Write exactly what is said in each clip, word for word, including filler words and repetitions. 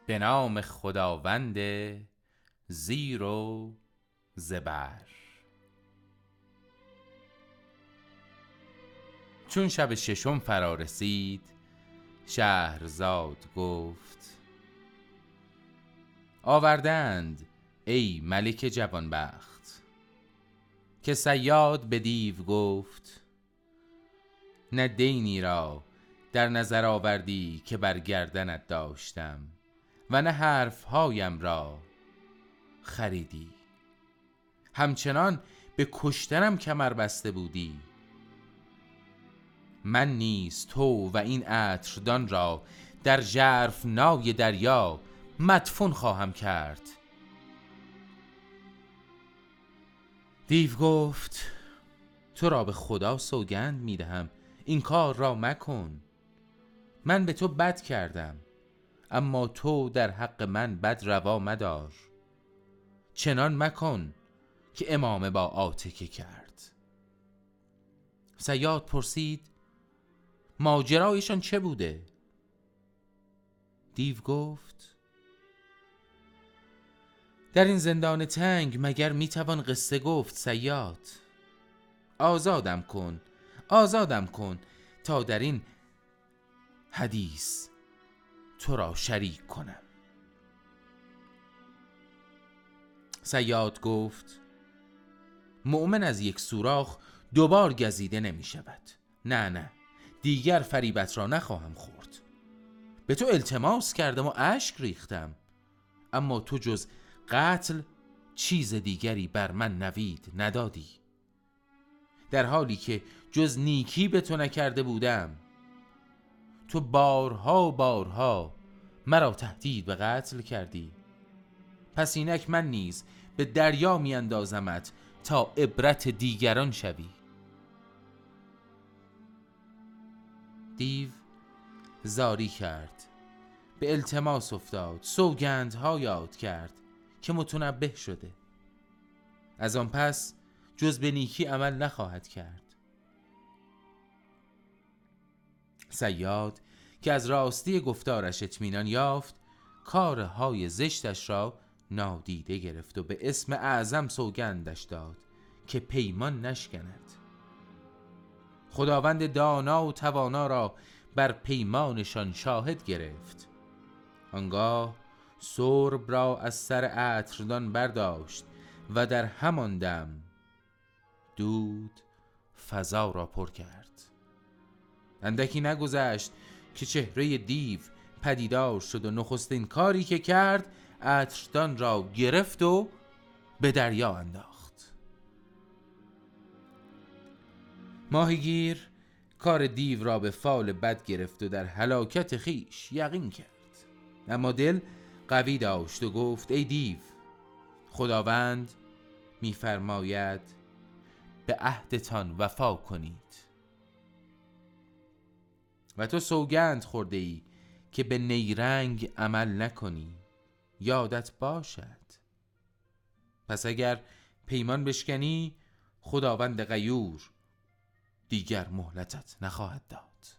به نام خداوند زیر و زبر. چون شب ششم فرا رسید، شهرزاد گفت آوردند ای ملک جوانبخت. که صیاد به دیو گفت نه دینی را در نظر آوردی که بر گردنت داشتم و نه حرفهایم را خریدی، همچنان به کشتنم کمر بسته بودی. من نیز تو و این عطردان را در ژرفنای دریا مدفون خواهم کرد. دیو گفت تو را به خدا سوگند می دهم این کار را مکن. من به تو بد کردم، اما تو در حق من بد روا مدار. چنان مکن که امامه با آتکه کرد. صیاد پرسید ماجرایشان چه بوده؟ دیو گفت در این زندان تنگ مگر میتوان قصه گفت صیاد؟ آزادم کن، آزادم کن تا در این حدیث تو را شریک کنم. صیاد گفت مؤمن از یک سوراخ دوبار گزیده نمی شود. نه نه، دیگر فریبت را نخواهم خورد. به تو التماس کردم و اشک ریختم، اما تو جز قتل چیز دیگری بر من نوید ندادی، در حالی که جز نیکی به تو نکرده بودم. تو بارها بارها مرا تهدید به قتل کردی، پس اینک من نیز به دریا می اندازمت تا عبرت دیگران شوی. دیو زاری کرد، به التماس افتاد، سوگندها یاد کرد که متنبه شده. از آن پس جز به نیکی عمل نخواهد کرد. صیاد که از راستی گفتارش اطمینان یافت، کارهای زشتش را نادیده گرفت و به اسم اعظم سوگندش داد که پیمان نشکند. خداوند دانا و توانا را بر پیمانشان شاهد گرفت. آنگاه سرب را از سر عطردان برداشت و در همان دم دود فضا را پر کرد. اندکی نگذشت که چهره دیو پدیدار شد و نخستین کاری که کرد عطردان را گرفت و به دریا انداخت. ماهیگیر کار دیو را به فال بد گرفت و در هلاکت خیش یقین کرد، اما دل قوی داشت و گفت ای دیو، خداوند می‌فرماید به عهدتان وفا کنید و تو سوگند خورده ای که به نیرنگ عمل نکنی. یادت باشد، پس اگر پیمان بشکنی خداوند غیور دیگر مهلتت نخواهد داد.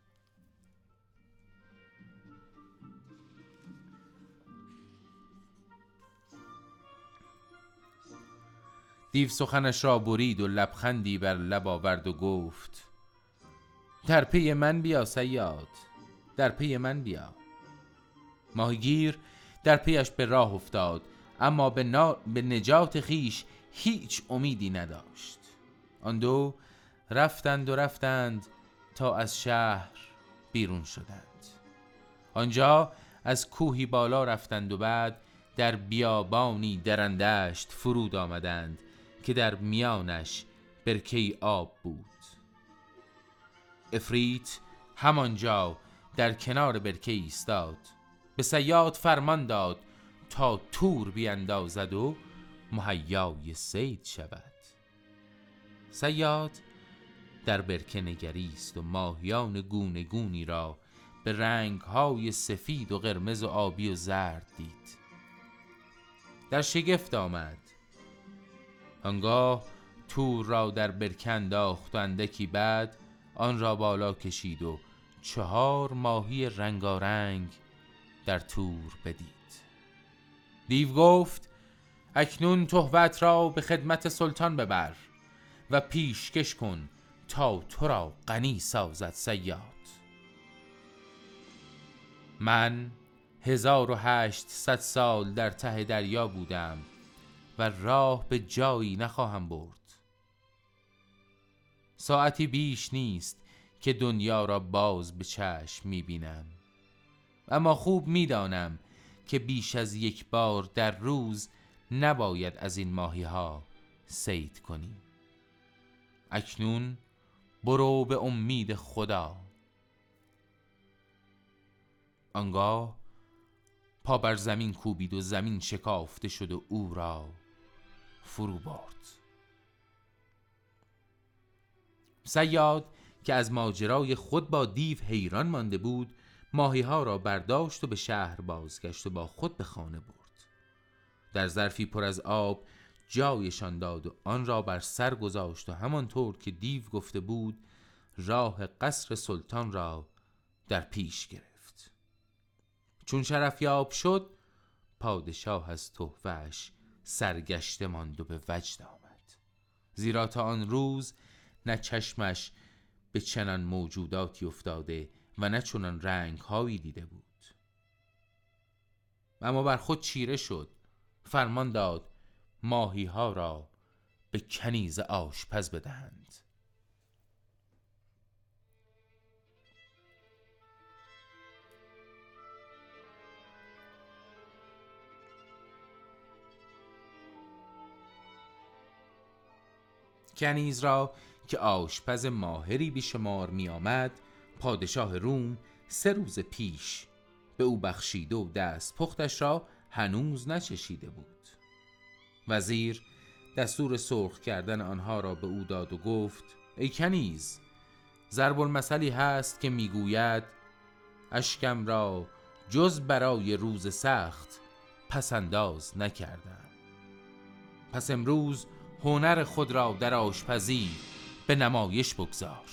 دیو سخنش را برید و لبخندی بر لب آورد و گفت در پی من بیا صیاد، در پی من بیا. ماهیگیر در پیش به راه افتاد، اما به, نا... به نجات خیش هیچ امیدی نداشت. آن دو رفتند و رفتند تا از شهر بیرون شدند. آنجا از کوهی بالا رفتند و بعد در بیابانی درندشت فرود آمدند که در میانش برکه آب بود. عفریت همانجا در کنار برکه ایستاد، به صیاد فرمان داد تا تور بیاندازد و مهیای صید شود. صیاد در برکه نگریست و ماهیان گونه گونی را به رنگ‌های سفید و قرمز و آبی و زرد دید. در شگفت آمد. آنگاه تور را در برکه انداخت و اندکی بعد آن را بالا کشید و چهار ماهی رنگارنگ در تور بدید. دیو گفت اکنون تهمت را به خدمت سلطان ببر و پیشکش کن تا تو را غنی سازد صیاد. من هزار و هشتصد سال در ته دریا بودم و راه به جایی نخواهم برد. ساعتی بیش نیست که دنیا را باز به چشم می‌بینم، اما خوب می‌دانم که بیش از یک بار در روز نباید از این ماهی‌ها صید کنی. اکنون برو به امید خدا. آنگاه پا بر زمین کوبید و زمین شکافته شد و او را فرو برد. صیاد که از ماجرای خود با دیو حیران مانده بود، ماهی‌ها را برداشت و به شهر بازگشت و با خود به خانه برد. در ظرفی پر از آب جایشان داد و آن را بر سر گذاشت و همانطور که دیو گفته بود راه قصر سلطان را در پیش گرفت. چون شرفیاب شد، پادشاه از تحفه‌اش سرگشته ماند و به وجد آمد، زیرا تا آن روز نه چشمش به چنان موجوداتی افتاده و نه چنان رنگ هایی دیده بود. اما بر خود چیره شد، فرمان داد ماهی ها را به کنیز آشپز بدهند. کنیز را که آشپز ماهری بیشمار می آمد، پادشاه روم سه روز پیش به او بخشیده و دست پختش را هنوز نچشیده بود. وزیر دستور سرخ کردن آنها را به او داد و گفت ای کنیز، ضرب المثلی هست که میگوید اشکم را جز برای روز سخت پسنداز نکردم. پس امروز هنر خود را در آشپزی به نمایش بگذار.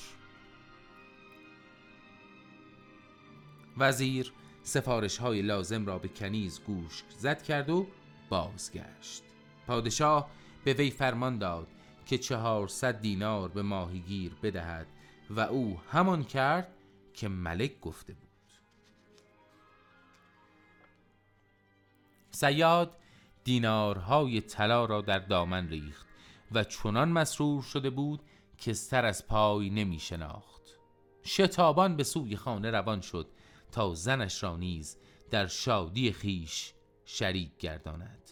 وزیر سفارش های لازم را به کنیز گوش زد کرد و بازگشت. پادشاه به وی فرمان داد که چهارصد دینار به ماهیگیر بدهد و او همان کرد که ملک گفته بود. صیاد دینارهای طلا را در دامن ریخت و چنان مسرور شده بود که سر از پای نمی شناخت. شتابان به سوی خانه روان شد تا زنش را نیز در شادی خیش شریک گرداند.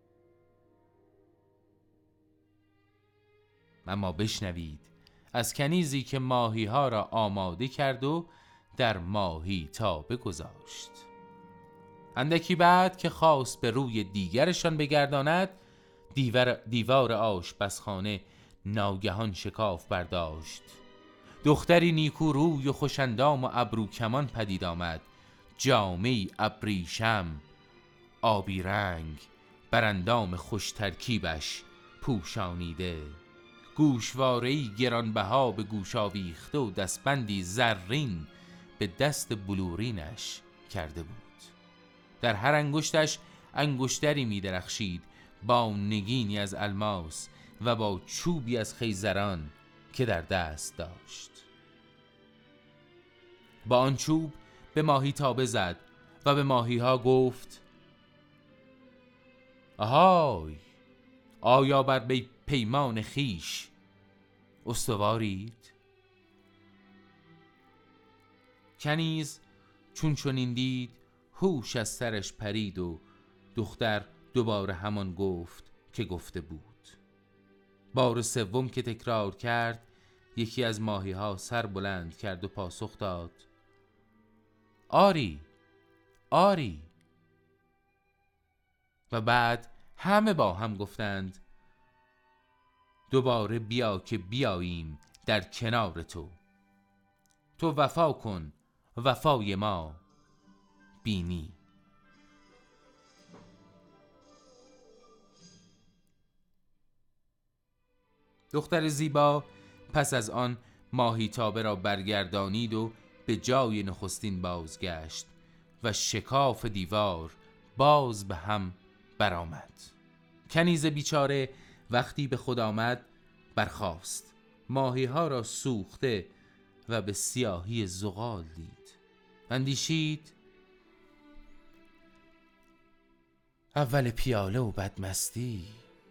اما بشنوید از کنیزی که ماهی ها را آماده کرد و در ماهی تابه گذاشت. اندکی بعد که خواست به روی دیگرشان بگرداند، دیوار, دیوار آشپزخانه ناگهان شکاف برداشت. دختری نیکو روی و خوشندام و ابرو کمان پدید آمد، جامه‌ای ابریشم آبی رنگ بر اندام خوش ترکیبش پوشانیده، گوشواره‌ای گرانبها به گوش آویخته و دستبندی زرین به دست بلورینش کرده بود. در هر انگشتش انگشتری می درخشید با نگینی از الماس و با چوبی از خیزران که در دست داشت. با آن چوب به ماهی تابه زد و به ماهی ها گفت آهای، آیا بر پیمان خیش استوارید؟ کنیز چون چنین دید هوش از سرش پرید و دختر دوباره همان گفت که گفته بود. بار سوم که تکرار کرد، یکی از ماهی ها سر بلند کرد و پاسخ داد آری آری. و بعد همه با هم گفتند دوباره بیا که بیاییم در کنار تو. تو وفا کن، وفای ما بینی. دختر زیبا پس از آن ماهی تابه را برگردانید و به جای نخستین بازگشت و شکاف دیوار باز به هم برآمد. کنیز بیچاره وقتی به خود آمد برخاست، ماهی ها را سوخته و به سیاهی زغال دید. اندیشید اول پیاله و بدمستی.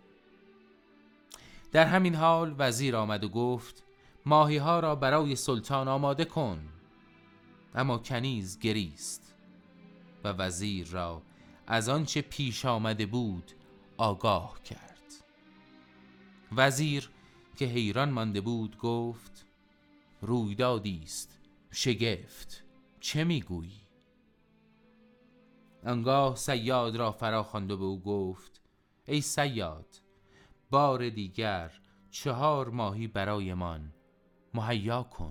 در همین حال وزیر آمد و گفت ماهی ها را برای سلطان آماده کن. اما کنیز گریست و وزیر را از آنچه پیش آمده بود آگاه کرد. وزیر که حیران مانده بود گفت رویدادی است شگفت، چه میگویی؟ آنگاه صیاد را فرا خواند و به او گفت ای صیاد، بار دیگر چهار ماهی برایمان مهیا کن.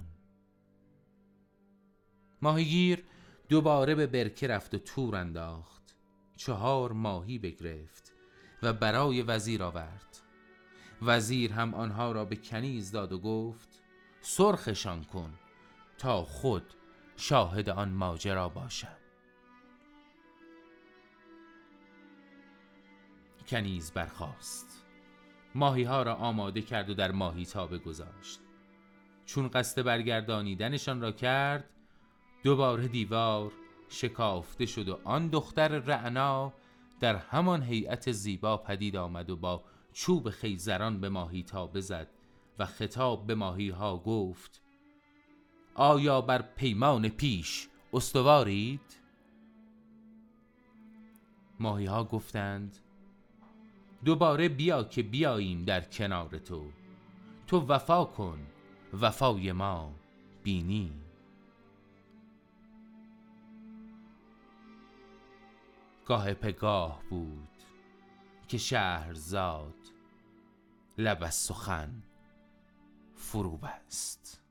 ماهیگیر دوباره به برکه رفت و تور انداخت، چهار ماهی بگرفت و برای وزیر آورد. وزیر هم آنها را به کنیز داد و گفت سرخشان کن تا خود شاهد آن ماجرا باشم. کنیز برخاست، ماهی ها را آماده کرد و در ماهی تابه گذاشت. چون قصد برگردانیدنشان را کرد دوباره دیوار شکافته شد و آن دختر رعنا در همان هیئت زیبا پدید آمد و با چوب خیزران به ماهی تابه زد و خطاب به ماهی ها گفت آیا بر پیمان پیش استوارید؟ ماهی ها گفتند دوباره بیا که بیاییم در کنار تو، تو وفا کن وفای ما بینی. گاه پگاه بود که شهرزاد لب از سخن فرو بست.